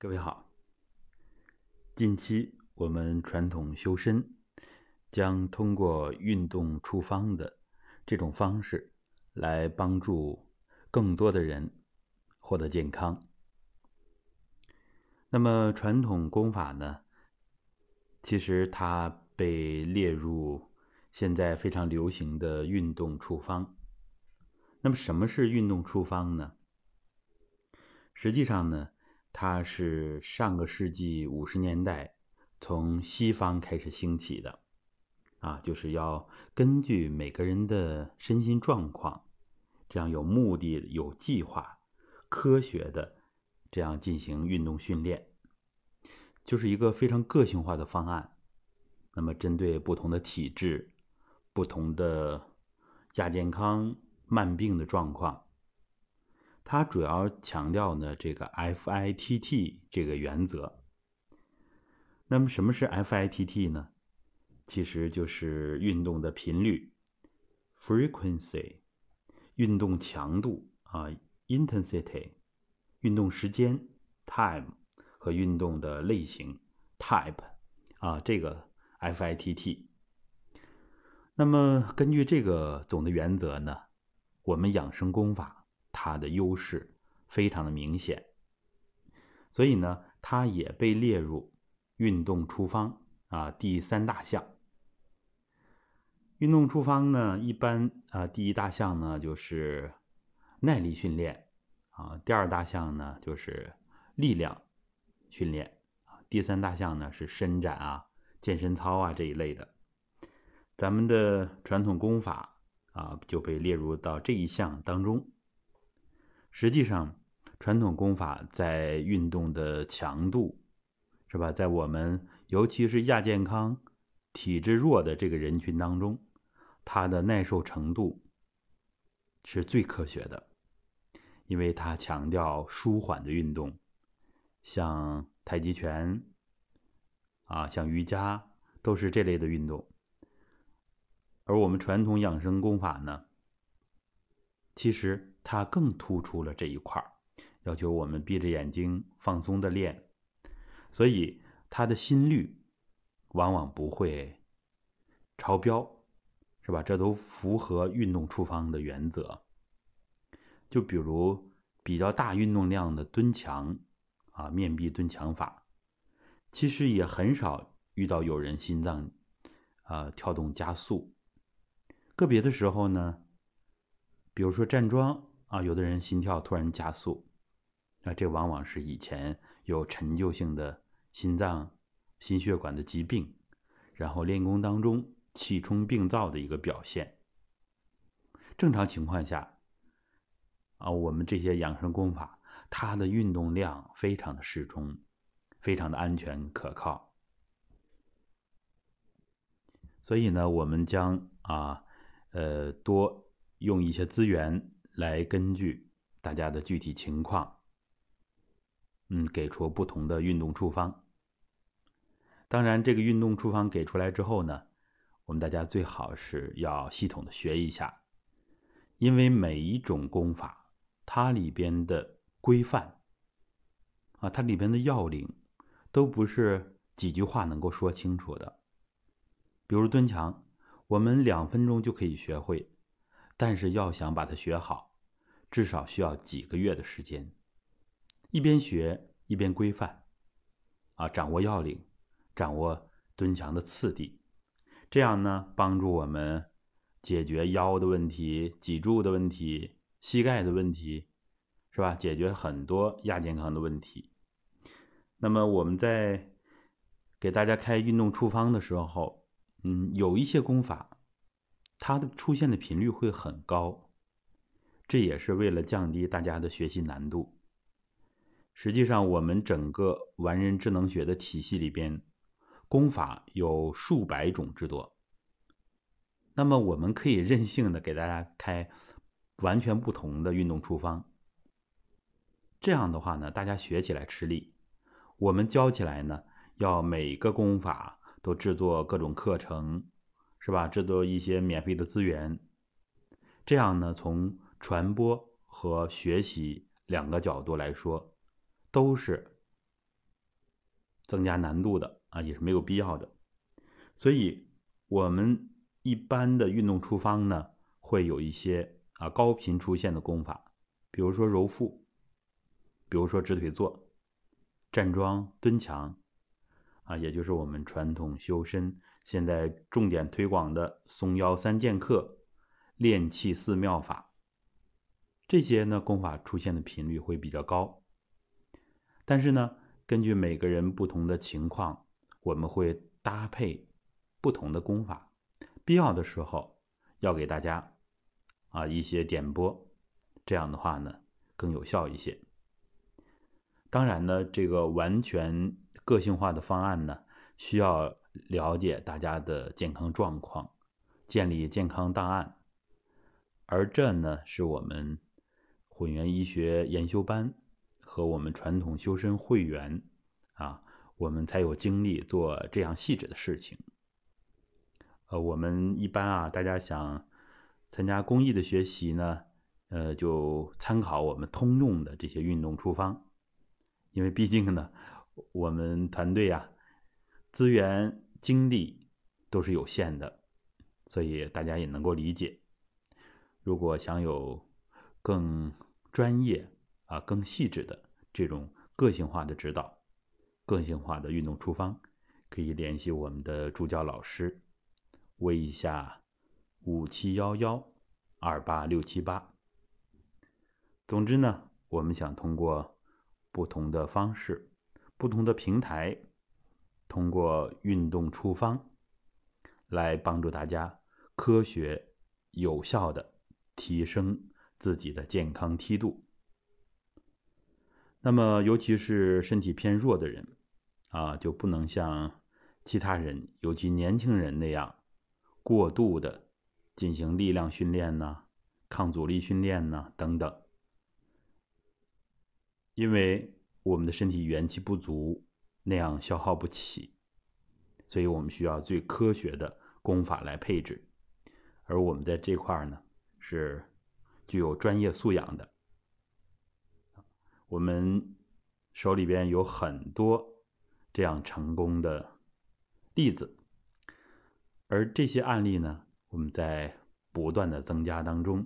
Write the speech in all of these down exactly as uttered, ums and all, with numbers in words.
各位好，近期我们传统修身将通过运动处方的这种方式来帮助更多的人获得健康。那么传统功法呢，其实它被列入现在非常流行的运动处方。那么什么是运动处方呢？实际上呢，它是上个世纪五十年代从西方开始兴起的，啊，就是要根据每个人的身心状况，这样有目的、有计划、科学的这样进行运动训练，就是一个非常个性化的方案。那么针对不同的体质、不同的亚健康、慢病的状况，它主要强调呢这个 F I T T 这个原则。那么什么是 F I T T 呢？其实就是运动的频率 frequency， 运动强度啊 intensity， 运动时间 time 和运动的类型 type 啊，这个 F I T T。 那么根据这个总的原则呢，我们养生功法它的优势非常的明显，所以呢它也被列入运动处方啊第三大项。运动处方呢，一般啊，第一大项呢就是耐力训练啊，第二大项呢就是力量训练啊，第三大项呢是伸展啊、健身操啊这一类的。咱们的传统功法啊就被列入到这一项当中。实际上，传统功法在运动的强度，是吧？在我们尤其是亚健康、体质弱的这个人群当中，它的耐受程度是最科学的，因为它强调舒缓的运动，像太极拳啊，像瑜伽都是这类的运动。而我们传统养生功法呢，其实它更突出了这一块，要求我们闭着眼睛放松的练，所以它的心率往往不会超标，是吧？这都符合运动处方的原则。就比如比较大运动量的蹲墙啊，面壁蹲墙法，其实也很少遇到有人心脏啊跳动加速。个别的时候呢，比如说站桩啊，有的人心跳突然加速，那这往往是以前有陈旧性的心脏、心血管的疾病，然后练功当中气冲病灶的一个表现。正常情况下啊，我们这些养生功法，它的运动量非常的适中，非常的安全可靠。所以呢，我们将啊，呃，多用一些资源来根据大家的具体情况，嗯，给出不同的运动处方。当然，这个运动处方给出来之后呢，我们大家最好是要系统的学一下，因为每一种功法，它里边的规范啊，它里边的要领，都不是几句话能够说清楚的。比如蹲墙，我们两分钟就可以学会，但是要想把它学好，至少需要几个月的时间。一边学一边规范，啊，掌握要领，掌握蹲墙的次第，这样呢，帮助我们解决腰的问题、脊柱的问题、膝盖的问题，是吧？解决很多亚健康的问题。那么我们在给大家开运动处方的时候，嗯，有一些功法，它的出现的频率会很高，这也是为了降低大家的学习难度。实际上，我们整个完人智能学的体系里边，功法有数百种之多。那么我们可以任性的给大家开完全不同的运动处方，这样的话呢，大家学起来吃力。我们教起来呢，要每个功法都制作各种课程，是吧？制作一些免费的资源，这样呢，从传播和学习两个角度来说，都是增加难度的啊，也是没有必要的。所以我们一般的运动处方呢，会有一些啊高频出现的功法，比如说揉腹，比如说直腿坐、站桩、蹲墙啊，也就是我们传统修身现在重点推广的松腰三剑客、练气四妙法。这些呢功法出现的频率会比较高，但是呢，根据每个人不同的情况，我们会搭配不同的功法，必要的时候要给大家啊一些点拨，这样的话呢更有效一些。当然呢，这个完全个性化的方案呢，需要了解大家的健康状况，建立健康档案，而这呢是我们混元医学研修班和我们传统修身会员啊，我们才有精力做这样细致的事情。呃，我们一般啊，大家想参加公益的学习呢，呃，就参考我们通用的这些运动处方，因为毕竟呢，我们团队啊，资源精力都是有限的，所以大家也能够理解。如果想有更专业啊、更细致的这种个性化的指导、个性化的运动处方，可以联系我们的助教老师，微一下五七幺幺二八六七八。总之呢，我们想通过不同的方式、不同的平台，通过运动处方来帮助大家科学有效的提升自己的健康梯度。那么尤其是身体偏弱的人啊，就不能像其他人，尤其年轻人那样过度的进行力量训练呢、抗阻力训练呢等等，因为我们的身体元气不足，那样消耗不起，所以我们需要最科学的功法来配置。而我们在这块呢，是具有专业素养的，我们手里边有很多这样成功的例子，而这些案例呢，我们在不断的增加当中，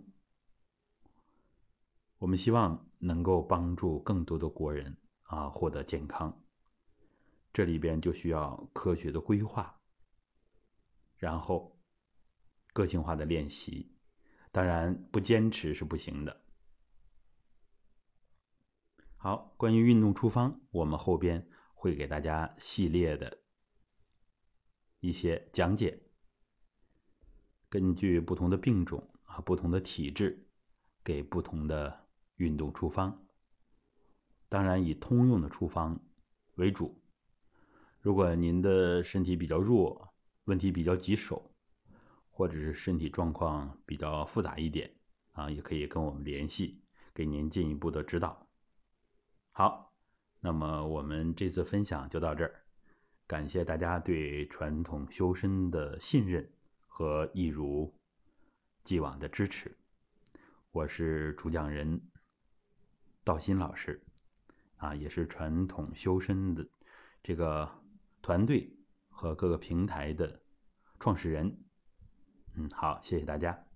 我们希望能够帮助更多的国人啊获得健康。这里边就需要科学的规划，然后个性化的练习，当然不坚持是不行的。好，关于运动处方，我们后边会给大家系列的一些讲解，根据不同的病种啊、不同的体质，给不同的运动处方。当然以通用的处方为主。如果您的身体比较弱，问题比较棘手，或者是身体状况比较复杂一点啊，也可以跟我们联系，给您进一步的指导。好，那么我们这次分享就到这儿，感谢大家对传统修身的信任和一如既往的支持。我是主讲人道心老师啊，也是传统修身的这个团队和各个平台的创始人。嗯，好，谢谢大家。